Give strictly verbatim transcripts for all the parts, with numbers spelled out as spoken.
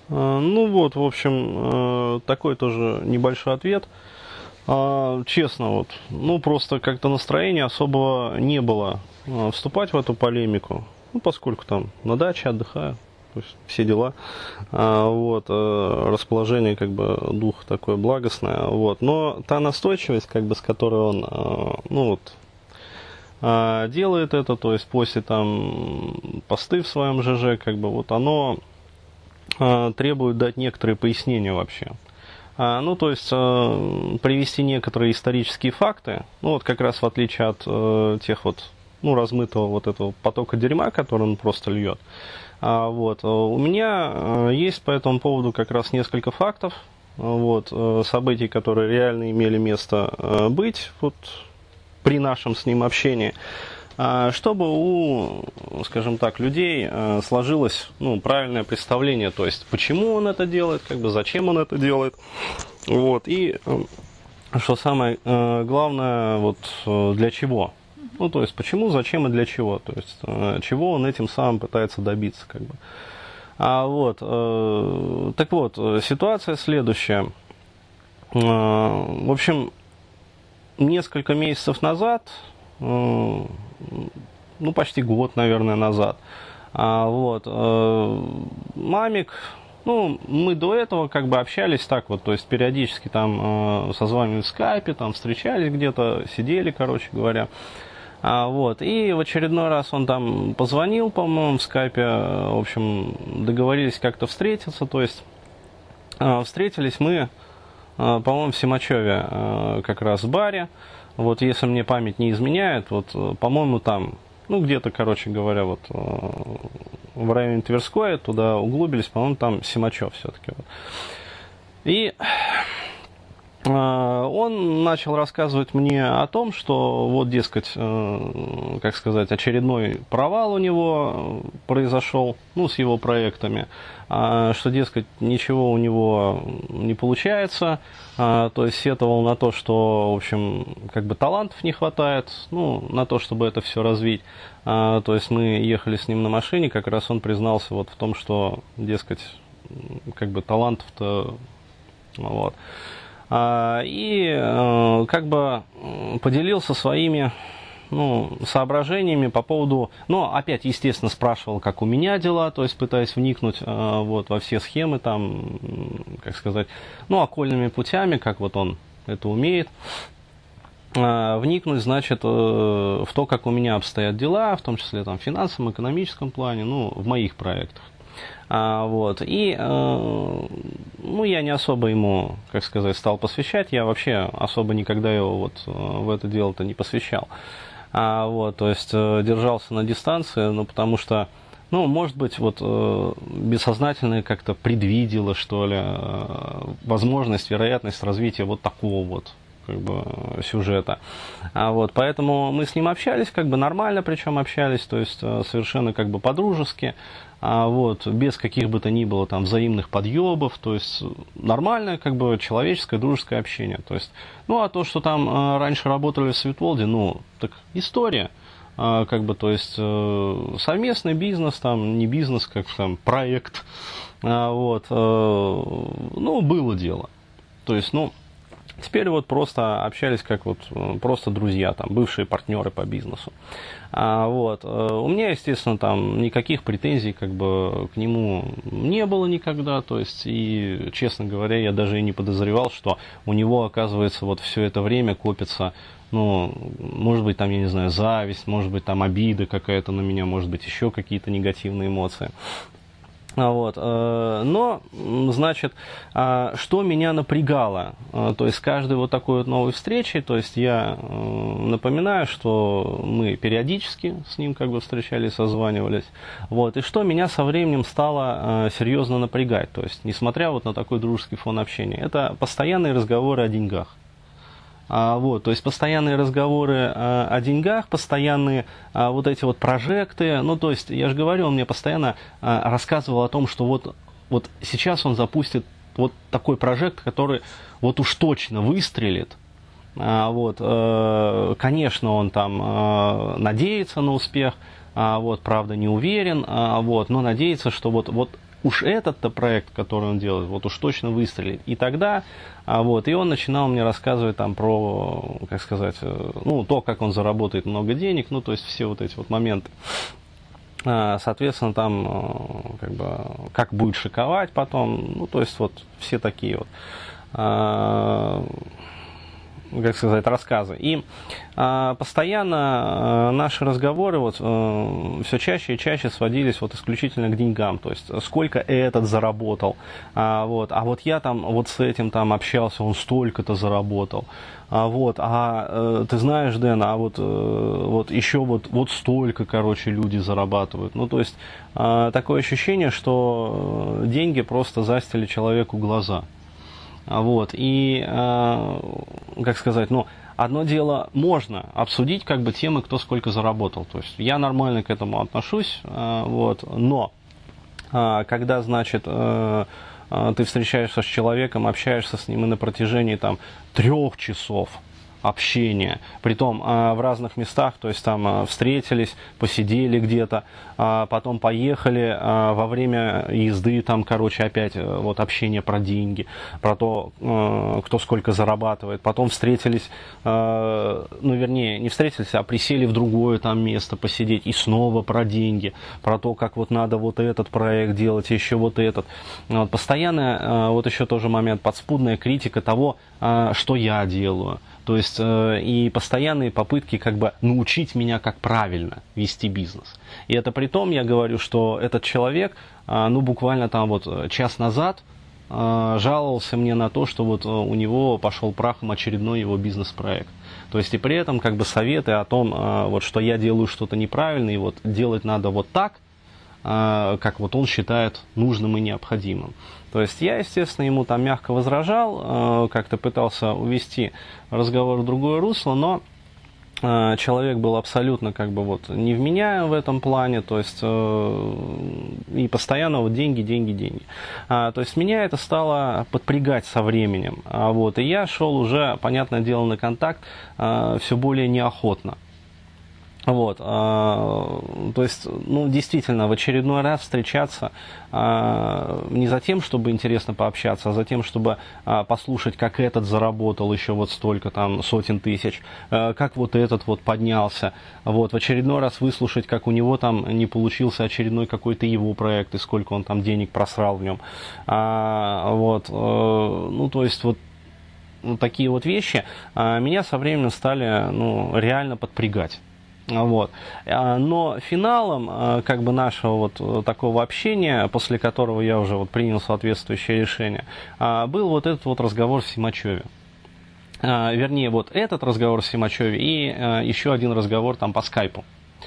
А, Ну вот, в общем, э, такой тоже небольшой ответ. А, Честно, вот, ну просто как-то настроения особого не было а, вступать в эту полемику, ну поскольку там на даче отдыхаю, то есть все дела, А, вот, э, расположение как бы дух такое благостное, вот, но та настойчивость, как бы с которой он, а, ну вот, а, делает это, то есть после там посты в своем ЖЖ, как бы вот оно а, требует дать некоторые пояснения вообще. А, Ну, то есть э, привести некоторые исторические факты, ну, вот как раз в отличие от э, тех вот, ну, размытого вот этого потока дерьма, который он просто льет. А, вот, э, у меня э, есть по этому поводу как раз несколько фактов, э, вот, э, событий, которые реально имели место э, быть, вот, при нашем с ним общении, а, чтобы у, скажем так, людей э, сложилось, ну, правильное представление, то есть почему он это делает, как бы зачем он это делает, вот, и э, что самое э, главное, вот э, для чего, ну, то есть почему, зачем и для чего, то есть э, чего он этим самым пытается добиться, как бы. А вот, э, так вот, э, ситуация следующая. Э, в общем, несколько месяцев назад, э, ну, почти год, наверное, назад, а, вот, э, Мамик, ну, мы до этого как бы общались так вот, то есть периодически там э, созванивались в скайпе, там встречались где-то, сидели, короче говоря. А, вот, и в очередной раз он там позвонил, по-моему, в скайпе, в общем, договорились как-то встретиться, то есть э, встретились мы, э, по-моему, в Симачеве, э, как раз в баре. Вот, если мне память не изменяет, вот, э, по-моему, там, ну, где-то, короче говоря, вот, э, в районе Тверской, туда углубились, по-моему, там Симачев все-таки. Вот. И э, он начал рассказывать мне о том, что вот, дескать, э, как сказать, очередной провал у него произошел, ну, с его проектами, э, что, дескать, ничего у него не получается, э, то есть сетовал на то, что, в общем, как бы талантов не хватает, ну, на то, чтобы это все развить. Э, то есть мы ехали с ним на машине, как раз он признался вот в том, что, дескать, как бы талантов-то, вот. И э, как бы поделился своими, ну, соображениями по поводу, ну, опять, естественно, спрашивал, как у меня дела, то есть пытаясь вникнуть э, вот, во все схемы, там, как сказать, ну, окольными путями, как вот он это умеет. Э, вникнуть, значит, э, в то, как у меня обстоят дела, в том числе там, в финансовом, экономическом плане, ну, в моих проектах. А, вот, и, э, ну, я не особо ему, как сказать, стал посвящать, я вообще особо никогда его вот э, в это дело-то не посвящал. А, вот, то есть, э, держался на дистанции, ну, потому что, ну, может быть, вот, э, бессознательно как-то предвидела, что ли, э, возможность, вероятность развития вот такого вот, как бы, сюжета. А вот, поэтому мы с ним общались, как бы нормально, причем общались, то есть э, совершенно как бы по-дружески, а вот, без каких бы то ни было там взаимных подъебов, то есть нормальное как бы человеческое дружеское общение. То есть, ну а то, что там э, раньше работали в Светволде, ну, так история. Э, как бы, то есть э, совместный бизнес, там, не бизнес, как там, проект. А, вот, э, ну, было дело. То есть, ну, теперь вот просто общались как вот просто друзья, там, бывшие партнеры по бизнесу. А, вот. У меня, естественно, там никаких претензий как бы к нему не было никогда, то есть, и, честно говоря, я даже и не подозревал, что у него, оказывается, вот все это время копится, ну, может быть, там, я не знаю, зависть, может быть, там обида какая-то на меня, может быть, еще какие-то негативные эмоции. Вот. Но, значит, что меня напрягало, то есть с каждой вот такой вот новой встречей, то есть я напоминаю, что мы периодически с ним как бы встречались, созванивались, вот, и что меня со временем стало серьезно напрягать, то есть несмотря вот на такой дружеский фон общения, это постоянные разговоры о деньгах. А, вот, то есть постоянные разговоры а, о деньгах, постоянные а, вот эти вот прожекты, ну то есть я же говорю, он мне постоянно а, рассказывал о том, что вот, вот сейчас он запустит вот такой прожект, который вот уж точно выстрелит. А, вот, э, конечно, он там э, надеется на успех, а, вот, правда не уверен, а, вот, но надеется, что вот, вот уж этот-то проект, который он делает, вот уж точно выстрелит. И тогда, а, вот, и он начинал мне рассказывать там про, как сказать, ну, то, как он заработает много денег, ну, то есть все вот эти вот моменты. А, соответственно, там, как бы, как будет шиковать потом, ну, то есть вот все такие вот, а, как сказать, рассказы. И а, постоянно а, наши разговоры вот, а, все чаще и чаще сводились вот исключительно к деньгам. То есть, сколько этот заработал. А вот, а вот я там вот с этим там общался, он столько-то заработал. А вот, а э, ты знаешь, Дэн, а вот, э, вот еще вот, вот столько, короче, люди зарабатывают. Ну, то есть, э, такое ощущение, что деньги просто застили человеку глаза. Вот, и, э, как сказать, ну, одно дело можно обсудить, как бы, темы, кто сколько заработал. То есть, я нормально к этому отношусь, э, вот, но, э, когда, значит, э, э, ты встречаешься с человеком, общаешься с ним и на протяжении, там, трех часов общения, притом э, в разных местах, то есть там э, встретились, посидели где-то, э, потом поехали, э, во время езды там, короче, опять э, вот общение про деньги, про то, э, кто сколько зарабатывает, потом встретились, э, ну, вернее, не встретились, а присели в другое там место посидеть, и снова про деньги, про то, как вот надо вот этот проект делать, еще вот этот. Вот, постоянно, э, вот еще тоже момент, подспудная критика того, э, что я делаю. То есть э, и постоянные попытки как бы научить меня, как правильно вести бизнес. И это при том, я говорю, что этот человек, э, ну буквально там вот час назад э, жаловался мне на то, что вот у него пошел прахом очередной его бизнес-проект. То есть и при этом как бы советы о том, э, вот, что я делаю что-то неправильно, и вот делать надо вот так, как вот он считает нужным и необходимым. То есть я, естественно, ему там мягко возражал, как-то пытался увести разговор в другое русло, но человек был абсолютно как бы вот невменяем в этом плане, то есть и постоянно вот деньги, деньги, деньги. То есть меня это стало подпрягать со временем, вот, и я шел уже, понятное дело, на контакт все более неохотно. Вот, а, то есть, ну, действительно, в очередной раз встречаться а, не за тем, чтобы интересно пообщаться, а за тем, чтобы а, послушать, как этот заработал еще вот столько там сотен тысяч, а, как вот этот вот поднялся, вот, в очередной раз выслушать, как у него там не получился очередной какой-то его проект и сколько он там денег просрал в нем, а, вот, а, ну, то есть, вот, вот такие вот вещи а, меня со временем стали, ну, реально подпрягать. Вот. Но финалом как бы нашего вот такого общения, после которого я уже вот принял соответствующее решение, был вот этот вот разговор в Симачеве. Вернее, вот этот разговор в Симачеве и еще один разговор там по скайпу.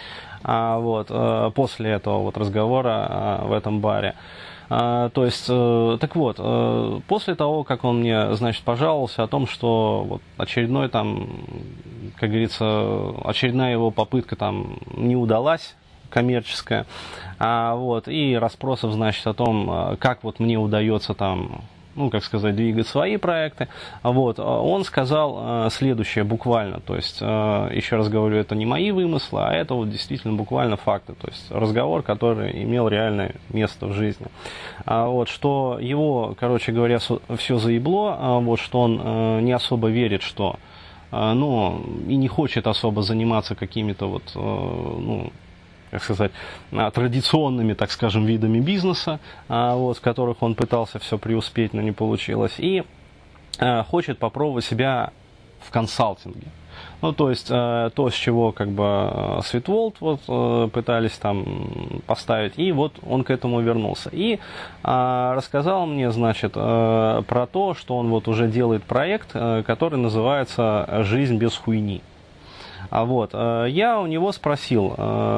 Вот. После этого вот разговора в этом баре. А, то есть, э, так вот, э, после того, как он мне, значит, пожаловался о том, что вот очередной там, как говорится, очередная его попытка там не удалась, коммерческая, а, вот, и расспросов, значит, о том, как вот мне удается там, ну, как сказать, двигать свои проекты, вот, он сказал следующее буквально, то есть, еще раз говорю, это не мои вымыслы, а это вот действительно буквально факты, то есть, разговор, который имел реальное место в жизни, вот, что его, короче говоря, все заебло, вот, что он не особо верит, что, ну, и не хочет особо заниматься какими-то вот, ну, как сказать, традиционными, так скажем, видами бизнеса, вот, в которых он пытался все преуспеть, но не получилось, и хочет попробовать себя в консалтинге. Ну, то есть, то, с чего, как бы, Светволт вот, пытались там поставить, и вот он к этому вернулся. И рассказал мне, значит, про то, что он вот уже делает проект, который называется «Жизнь без хуйни». А вот, я у него спросил,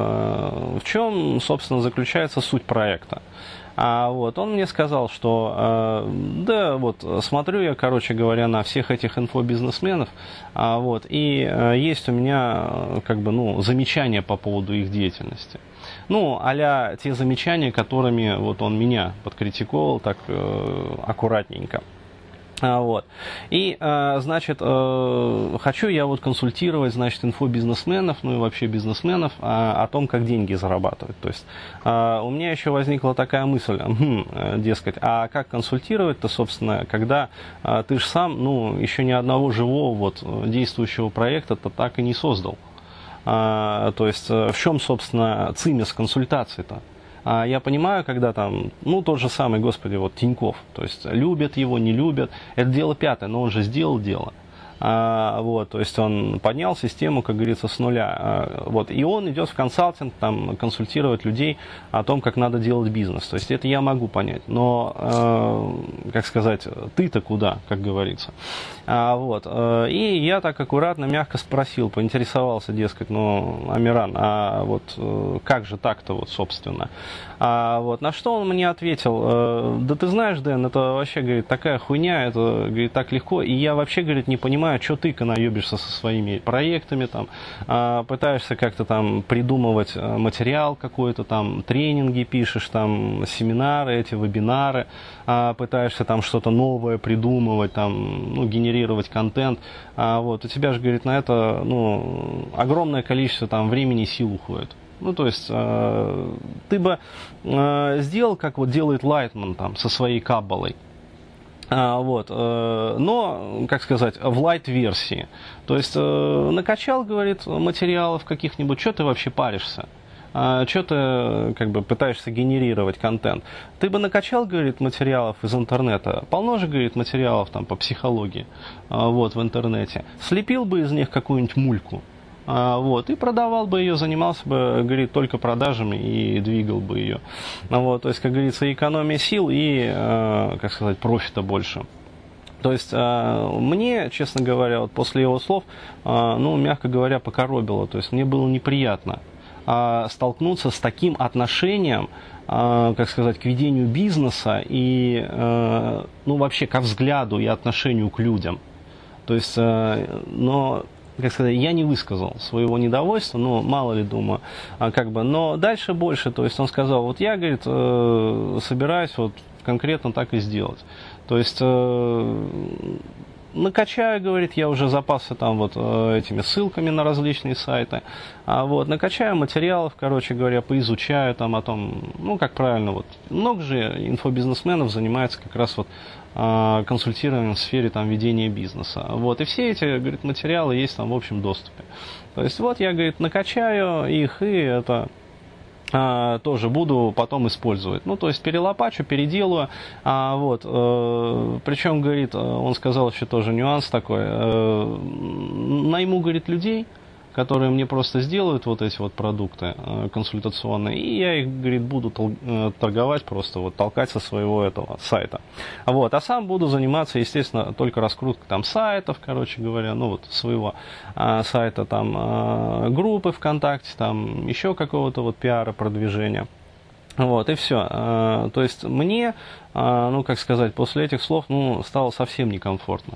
в чем, собственно, заключается суть проекта. А вот, он мне сказал, что, да, вот, смотрю я, короче говоря, на всех этих инфобизнесменов, а вот, и есть у меня, как бы, ну, замечания по поводу их деятельности. Ну, а-ля те замечания, которыми вот он меня подкритиковал так аккуратненько. А, вот. И, а, значит, э, хочу я вот консультировать, значит, инфобизнесменов, ну и вообще бизнесменов а, о том, как деньги зарабатывать. То есть а, у меня еще возникла такая мысль, хм, дескать, а как консультировать-то, собственно, когда а, ты же сам, ну, еще ни одного живого вот действующего проекта-то так и не создал. А, то есть в чем, собственно, цимис консультации-то? А я понимаю, когда там, ну, тот же самый, господи, вот Тиньков, то есть любят его, не любят, это дело пятое, но он же сделал дело. А, вот, то есть он поднял систему, как говорится, с нуля. А, вот, и он идет в консалтинг, там, консультировать людей о том, как надо делать бизнес. То есть это я могу понять. Но, э, как сказать, ты-то куда, как говорится. А, вот, э, и я так аккуратно, мягко спросил, поинтересовался, дескать, ну, Амиран, а вот э, как же так-то вот, собственно? А, вот, на что он мне ответил, э, да ты знаешь, Дэн, это вообще, говорит, такая хуйня, это, говорит, так легко, и я вообще, говорит, не понимаю, что ты наебишься со своими проектами, там, а, пытаешься как-то там придумывать материал какой-то, там, тренинги пишешь, там, семинары, эти вебинары, а, пытаешься там что-то новое придумывать, там, ну, генерировать контент, а, вот, у тебя же, говорит, на это, ну, огромное количество там времени и сил уходит. Ну, то есть, э, ты бы э, сделал, как вот делает Лайтман там со своей каббалой. А, вот, э, но, как сказать, в лайт-версии. То есть, э, накачал, говорит, материалов каких-нибудь, что ты вообще паришься? А, что ты, как бы, пытаешься генерировать контент? Ты бы накачал, говорит, материалов из интернета, полно же, говорит, материалов там по психологии, а, вот, в интернете. Слепил бы из них какую-нибудь мульку. А, вот, и продавал бы ее, занимался бы, говорит, только продажами и двигал бы ее. Вот, то есть, как говорится, экономия сил и, э, как сказать, профита больше. То есть, э, мне, честно говоря, вот после его слов, э, ну, мягко говоря, покоробило. То есть, мне было неприятно э, столкнуться с таким отношением, э, как сказать, к ведению бизнеса и, э, ну, вообще, ко взгляду и отношению к людям. То есть, э, но... как сказать, я не высказал своего недовольства, ну, мало ли, думаю, а как бы, но дальше больше, то есть он сказал, вот я, говорит, э, собираюсь вот конкретно так и сделать, то есть э, накачаю, говорит, я уже запасся там вот э, этими ссылками на различные сайты, а вот, накачаю материалов, короче говоря, поизучаю там о том, ну, как правильно, вот, много же инфобизнесменов занимается как раз вот консультированием в сфере там, ведения бизнеса. Вот. И все эти, говорит, материалы есть там в общем доступе. То есть вот я, говорит, накачаю их и это а, тоже буду потом использовать. Ну, то есть перелопачу, переделаю. А, вот, э, причем, говорит, он сказал еще тоже нюанс такой. Э, найму, говорит, людей, которые мне просто сделают вот эти вот продукты э, консультационные, и я их, говорит, буду тол- э, торговать просто, вот толкать со своего этого сайта. Вот, а сам буду заниматься, естественно, только раскруткой там сайтов, короче говоря, ну вот своего э, сайта, там э, группы ВКонтакте, там еще какого-то вот пиара, продвижения. Вот, и все. Э, то есть мне, э, ну, как сказать, после этих слов, ну, стало совсем некомфортно.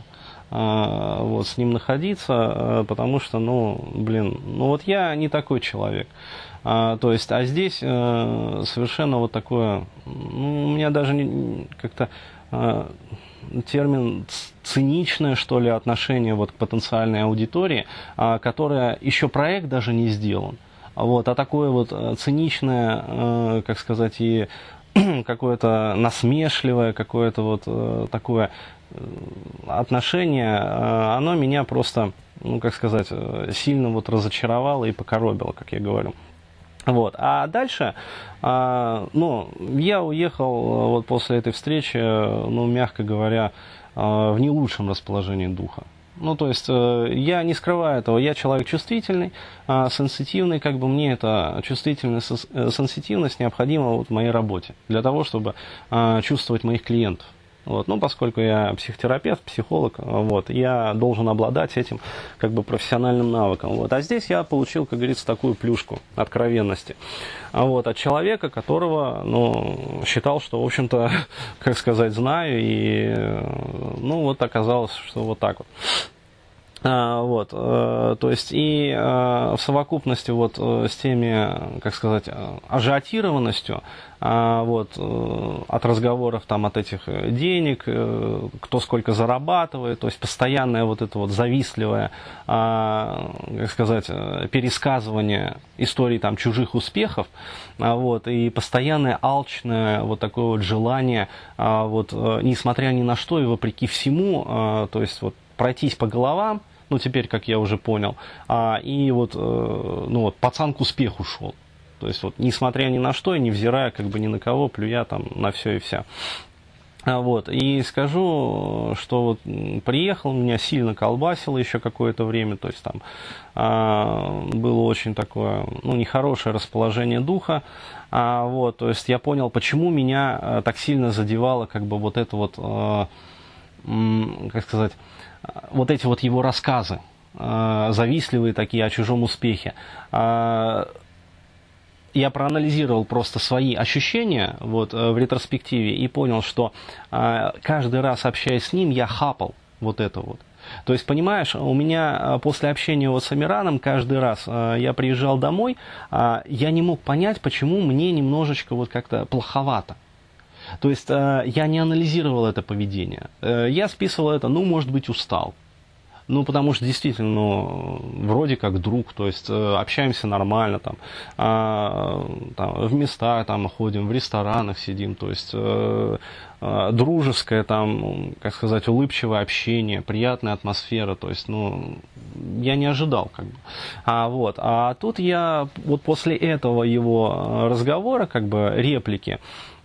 Вот, с ним находиться, потому что, ну, блин, ну вот я не такой человек. А, то есть, а здесь а, совершенно вот такое, ну, у меня даже не, как-то а, термин циничное, что ли, отношение вот к потенциальной аудитории, а, которая еще проект даже не сделан. Вот, а такое вот циничное, а, как сказать, и какое-то насмешливое, какое-то вот такое отношение, оно меня просто, ну, как сказать, сильно вот разочаровало и покоробило, как я говорю. Вот. А дальше, ну, я уехал вот после этой встречи, ну, мягко говоря, в не лучшем расположении духа. Ну, то есть, я не скрываю этого, я человек чувствительный, сенситивный, как бы мне эта чувствительность, сенситивность необходима вот в моей работе, для того, чтобы чувствовать моих клиентов. Вот. Ну, поскольку я психотерапевт, психолог, вот, я должен обладать этим как бы профессиональным навыком. Вот. А здесь я получил, как говорится, такую плюшку откровенности вот, от человека, которого, ну, считал, что, в общем-то, как сказать, знаю, и, ну, вот оказалось, что вот так вот. А, вот, э, то есть и э, в совокупности вот э, с теми, как сказать, ажиотированностью, а, вот, э, от разговоров там от этих денег, э, кто сколько зарабатывает, то есть постоянное вот это вот завистливое, а, как сказать, пересказывание историй там чужих успехов, а, вот, и постоянное алчное вот такое вот желание, а, вот, несмотря ни на что и вопреки всему, а, то есть вот пройтись по головам. Ну, теперь, как я уже понял, а, и вот, э, ну, вот, пацан к успеху шел. То есть, вот, несмотря ни на что, и невзирая, как бы, ни на кого, плюя там на все и вся. А, вот, и скажу, что вот приехал, меня сильно колбасило еще какое-то время, то есть, там, а, было очень такое, ну, нехорошее расположение духа, а, вот, то есть, я понял, почему меня а, так сильно задевало, как бы, вот это вот, а, м, как сказать, вот эти вот его рассказы, э, завистливые такие о чужом успехе. Э, я проанализировал просто свои ощущения вот, в ретроспективе и понял, что э, каждый раз, общаясь с ним, я хапал вот это вот. То есть, понимаешь, у меня после общения вот с Амираном каждый раз э, я приезжал домой, э, я не мог понять, почему мне немножечко вот как-то плоховато. То есть э, я не анализировал это поведение. Э, я списывал это, ну, может быть, устал. Ну, потому что действительно, ну, вроде как друг, то есть э, общаемся нормально, там, э, там, в местах там, ходим, в ресторанах сидим, то есть э, э, дружеское, там, как сказать, улыбчивое общение, приятная атмосфера, то есть, ну, я не ожидал, как бы. А, вот, а тут я, вот после этого его разговора, как бы, реплики,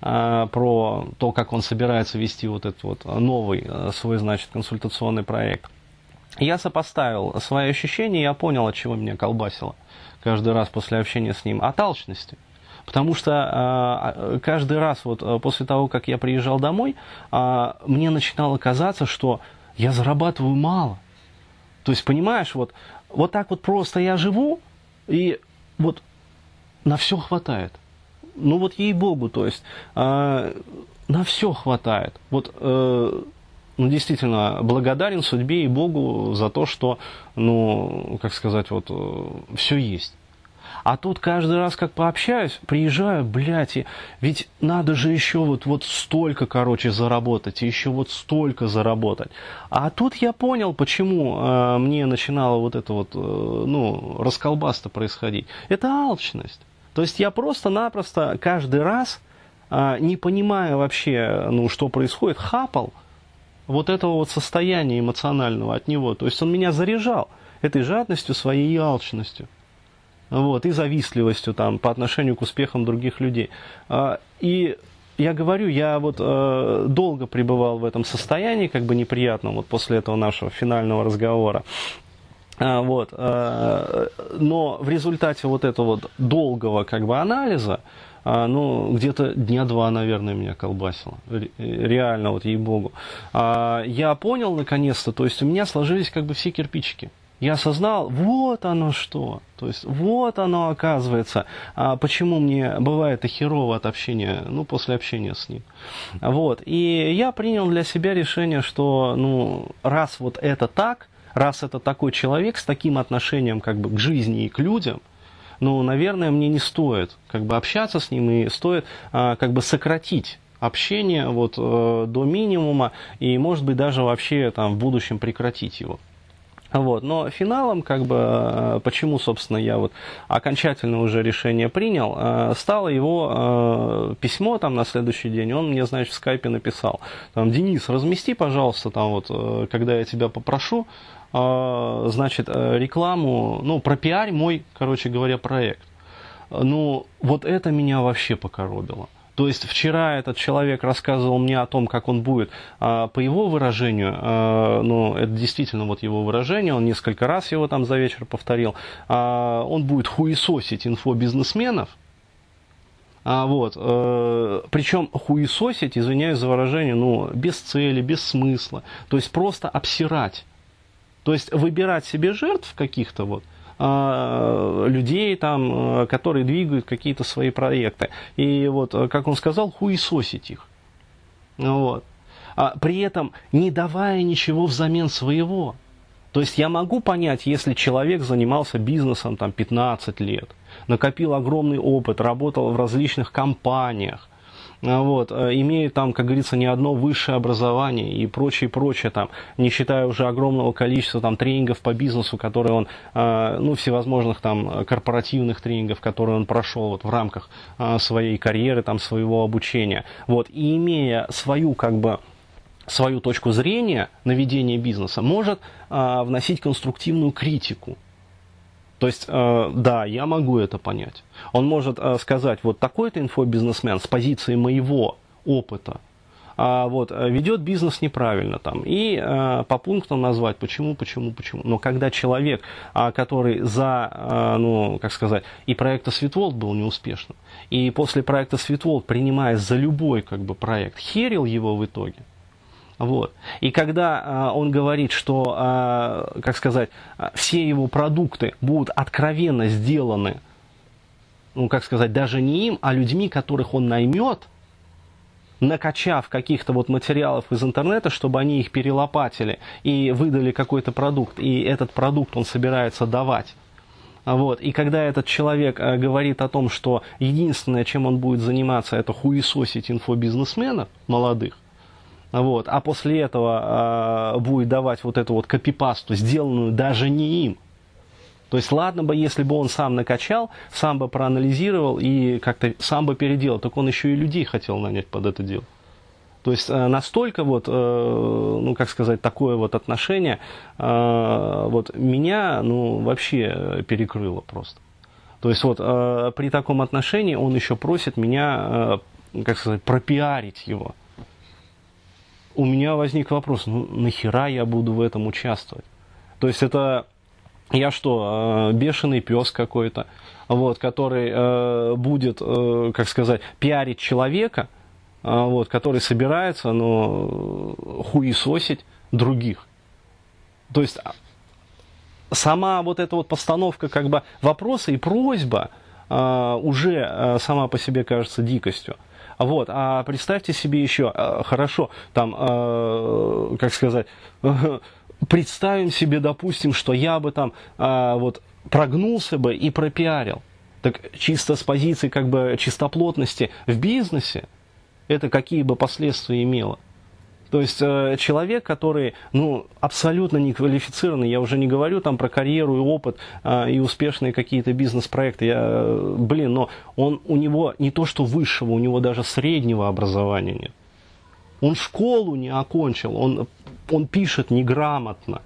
про то, как он собирается вести вот этот вот новый свой, значит, консультационный проект. Я сопоставил свои ощущения, я понял, от чего меня колбасило каждый раз после общения с ним. От алчности. Потому что каждый раз вот после того, как я приезжал домой, мне начинало казаться, что я зарабатываю мало. То есть, понимаешь, вот, вот так вот просто я живу, и вот на все хватает. Ну вот ей-богу, то есть э, на все хватает. Вот, э, ну действительно, благодарен судьбе и Богу за то, что, ну, как сказать, вот, э, все есть. А тут каждый раз, как пообщаюсь, приезжаю, блядь, и ведь надо же еще вот, вот столько, короче, заработать, и еще вот столько заработать. А тут я понял, почему э, мне начинало вот это вот, э, ну, расколбас-то происходить. Это алчность. То есть я просто-напросто каждый раз, не понимая вообще, ну, что происходит, хапал вот этого вот состояния эмоционального от него. То есть он меня заряжал этой жадностью, своей алчностью. Вот, и завистливостью там, по отношению к успехам других людей. И я говорю, я вот долго пребывал в этом состоянии, как бы неприятном, вот после этого нашего финального разговора. Вот. Но в результате вот этого вот долгого как бы анализа, ну, где-то дня два, наверное, меня колбасило. Реально, вот ей-богу. Я понял наконец-то, то есть у меня сложились как бы все кирпичики. Я осознал, вот оно что. То есть вот оно оказывается, почему мне бывает и херово от общения, ну, после общения с ним. Вот. И я принял для себя решение, что, ну, раз вот это так, раз это такой человек с таким отношением как бы к жизни и к людям, ну, наверное, мне не стоит как бы общаться с ним, и стоит а, как бы сократить общение вот, э, до минимума, и, может быть, даже вообще там, в будущем прекратить его. Вот. Но финалом, как бы, почему, собственно, я вот окончательно уже решение принял, стало его письмо там на следующий день. Он мне, значит, в скайпе написал: там, Денис, размести, пожалуйста, там вот, когда я тебя попрошу, значит, рекламу, ну, пропиарь мой, короче говоря, проект. Ну, вот это меня вообще покоробило. То есть вчера этот человек рассказывал мне о том, как он будет, по его выражению, ну, это действительно вот его выражение, он несколько раз его там за вечер повторил, он будет хуесосить инфобизнесменов, вот, причем хуесосить, извиняюсь за выражение, ну, без цели, без смысла, то есть просто обсирать, то есть выбирать себе жертв каких-то вот, людей, там, которые двигают какие-то свои проекты. И вот, как он сказал, хуесосить их. Вот. А при этом не давая ничего взамен своего. То есть я могу понять, если человек занимался бизнесом там пятнадцать лет, накопил огромный опыт, работал в различных компаниях, вот, имеет там, как говорится, не одно высшее образование и прочее, прочее, там, не считая уже огромного количества там тренингов по бизнесу, которые он, ну, всевозможных там корпоративных тренингов, которые он прошел вот в рамках своей карьеры, там, своего обучения, вот, и имея свою, как бы, свою точку зрения на ведение бизнеса, может вносить конструктивную критику. То есть, э, да, я могу это понять. Он может э, сказать, вот такой-то инфобизнесмен с позиции моего опыта а, вот, ведет бизнес неправильно там, и э, по пунктам назвать, почему, почему, почему. Но когда человек, а, который за, а, ну, как сказать, и проекта Светволт был неуспешным, и после проекта Светволт, принимая за любой как бы, проект, херил его в итоге, вот. И когда а, он говорит, что, а, как сказать, все его продукты будут откровенно сделаны, ну, как сказать, даже не им, а людьми, которых он наймет, накачав каких-то вот материалов из интернета, чтобы они их перелопатили и выдали какой-то продукт, и этот продукт он собирается давать. Вот. И когда этот человек а, говорит о том, что единственное, чем он будет заниматься, это хуесосить инфобизнесменов молодых, вот, а после этого э, будет давать вот эту вот копипасту, сделанную даже не им. То есть, ладно бы, если бы он сам накачал, сам бы проанализировал и как-то сам бы переделал, так он еще и людей хотел нанять под это дело. То есть, э, настолько вот, э, ну, как сказать, такое вот отношение э, вот меня, ну, вообще перекрыло просто. То есть, вот, э, при таком отношении он еще просит меня, э, как сказать, пропиарить его. У меня возник вопрос, ну нахера я буду в этом участвовать? То есть это я что, бешеный пес какой-то, вот, который э, будет, э, как сказать, пиарить человека, э, вот, который собирается, ну, хуесосить других. То есть сама вот эта вот постановка как бы вопроса и просьба э, уже э, сама по себе кажется дикостью. Вот, а представьте себе еще, хорошо, там, э, как сказать, э, представим себе, допустим, что я бы там э, вот прогнулся бы и пропиарил. Так чисто с позиции как бы чистоплотности в бизнесе, это какие бы последствия имело? То есть э, человек, который, ну, абсолютно не квалифицированный, я уже не говорю там про карьеру и опыт э, и успешные какие-то бизнес-проекты, я, э, блин, но он, у него не то что высшего, у него даже среднего образования нет. Он школу не окончил, он, он пишет неграмотно.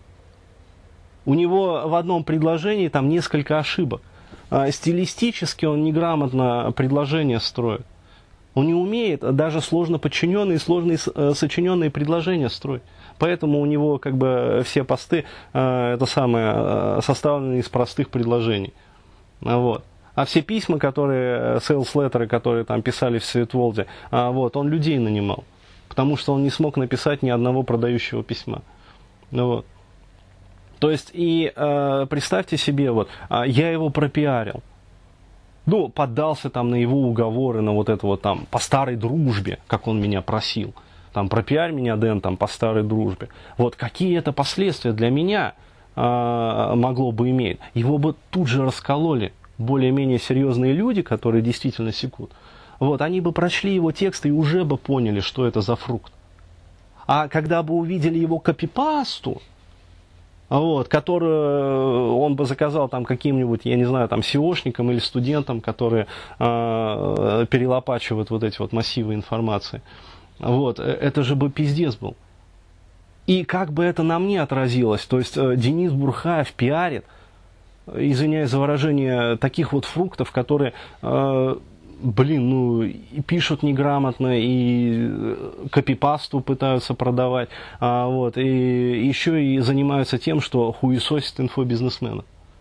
У него в одном предложении там несколько ошибок. Э, стилистически он неграмотно предложение строит. Он не умеет даже сложно подчиненные, сложные сочиненные предложения строить. Поэтому у него как бы все посты э, это самое, составлены из простых предложений. Вот. А все письма, которые, sales letter'ы, которые там писали в Светволде, э, вот, он людей нанимал. Потому что он не смог написать ни одного продающего письма. Вот. То есть, и э, представьте себе, вот, я его пропиарил. Ну, поддался там на его уговоры, на вот это вот там, по старой дружбе, как он меня просил. Там, пропиарь меня, Дэн, там, по старой дружбе. Вот, какие это последствия для меня э, могло бы иметь? Его бы тут же раскололи более-менее серьезные люди, которые действительно секут. Вот, они бы прочли его текст и уже бы поняли, что это за фрукт. А когда бы увидели его копипасту, вот, которую он бы заказал там каким-нибудь, я не знаю, там сеошникам или студентам, которые э, перелопачивают вот эти вот массивы информации. Вот, это же бы пиздец был. И как бы это на мне отразилось, то есть э, Денис Бурхаев пиарит, извиняюсь за выражение, таких вот фруктов, которые... Э, Блин, ну, и пишут неграмотно, и копипасту пытаются продавать, а, вот, и еще и занимаются тем, что хуесосят инфобизнесменов.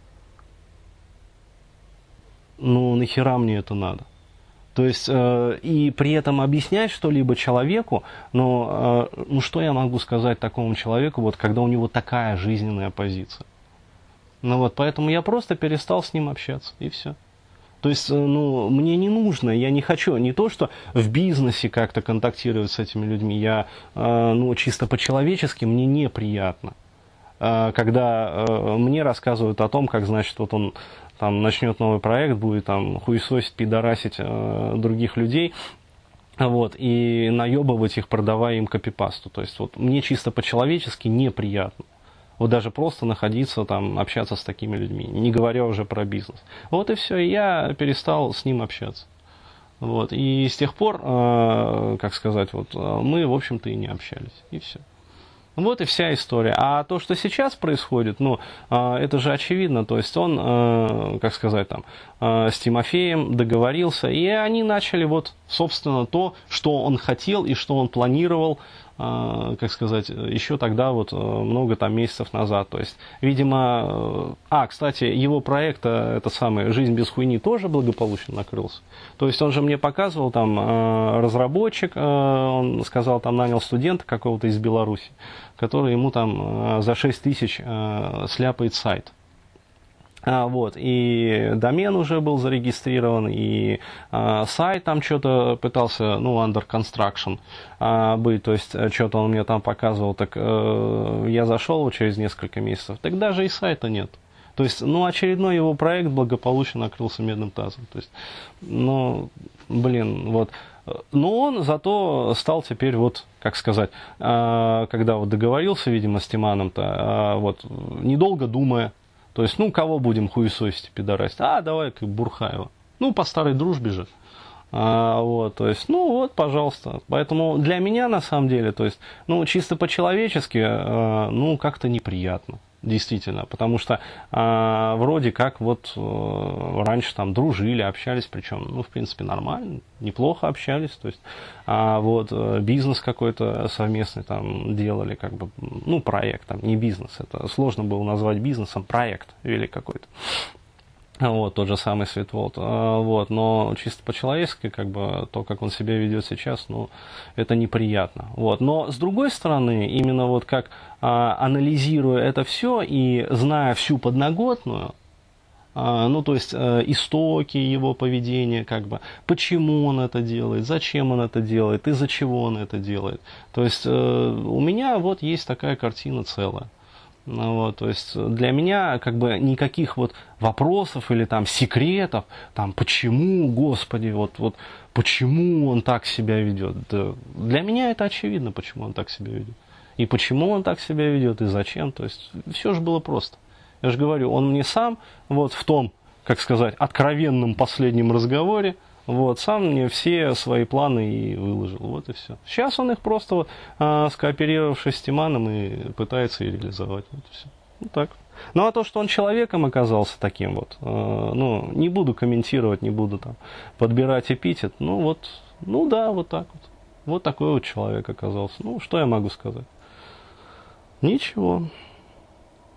Ну, нахера мне это надо? То есть, э, и при этом объяснять что-либо человеку, но, э, ну, что я могу сказать такому человеку, вот, когда у него такая жизненная позиция? Ну, вот, поэтому я просто перестал с ним общаться, и все. То есть, ну, мне не нужно, я не хочу, не то, что в бизнесе как-то контактировать с этими людьми, я, э, ну, чисто по-человечески, мне неприятно. э, когда э, мне рассказывают о том, как, значит, вот он там начнет новый проект, будет там хуесосить, пидорасить э, других людей, вот, и наебывать их, продавая им копипасту. То есть вот мне чисто по-человечески неприятно. Вот даже просто находиться там, общаться с такими людьми, не говоря уже про бизнес. Вот и все, и я перестал с ним общаться. Вот, и с тех пор, э, как сказать, вот, мы, в общем-то, и не общались, и все. Вот и вся история. А то, что сейчас происходит, ну, это же очевидно. То есть он, как сказать, там, с Тимофеем договорился, и они начали вот, собственно, то, что он хотел и что он планировал, как сказать, еще тогда вот много там месяцев назад. То есть, видимо, а, кстати, его проект, это самое «Жизнь без хуйни» тоже благополучно накрылся. То есть он же мне показывал там разработчик, он сказал, там нанял студента какого-то из Беларуси, который ему там за шесть тысяч сляпает сайт. А, вот, и домен уже был зарегистрирован, и а, сайт там что-то пытался, ну, under construction а, быть, то есть что-то он мне там показывал, так э, я зашел через несколько месяцев, так даже и сайта нет. То есть, ну, очередной его проект благополучно накрылся медным тазом. То есть, ну, блин, вот. Но он зато стал теперь, вот, как сказать, когда вот договорился, видимо, с Тиманом-то, вот, недолго думая, то есть, ну, кого будем хуесосить, пидорасить? А, давай-ка Бурхаева. Ну, по старой дружбе же. А, вот, то есть, ну, вот, пожалуйста. Поэтому для меня, на самом деле, то есть, ну, чисто по-человечески, а, ну, как-то неприятно. Действительно, потому что э, вроде как вот э, раньше там дружили, общались, причем, ну, в принципе, нормально, неплохо общались, то есть, а вот э, бизнес какой-то совместный там делали, как бы, ну, проект, там, не бизнес, это сложно было назвать бизнесом, проект вели какой-то. Вот, тот же самый Светволд, вот, но чисто по-человечески, как бы, то, как он себя ведет сейчас, ну, это неприятно, вот, но с другой стороны, именно вот как, а, анализируя это все и зная всю подноготную, а, ну, то есть, а, истоки его поведения, как бы, почему он это делает, зачем он это делает, из-за чего он это делает, то есть, а, у меня вот есть такая картина целая. Ну, вот, то есть для меня как бы никаких вот вопросов или там секретов, там почему, Господи, вот, вот почему он так себя ведет. Да, для меня это очевидно, почему он так себя ведет. И почему он так себя ведет, и зачем. То есть все же было просто. Я же говорю, он мне сам вот в том, как сказать, откровенном последнем разговоре, вот, сам мне все свои планы и выложил, вот и все. Сейчас он их просто, вот, а, скооперировавшись с Тиманом, и пытается и реализовать, вот и все. Вот так. Ну, а то, что он человеком оказался таким вот, а, ну, не буду комментировать, не буду там подбирать эпитет, ну, вот, ну, да, вот так вот. Вот такой вот человек оказался. Ну, что я могу сказать? Ничего.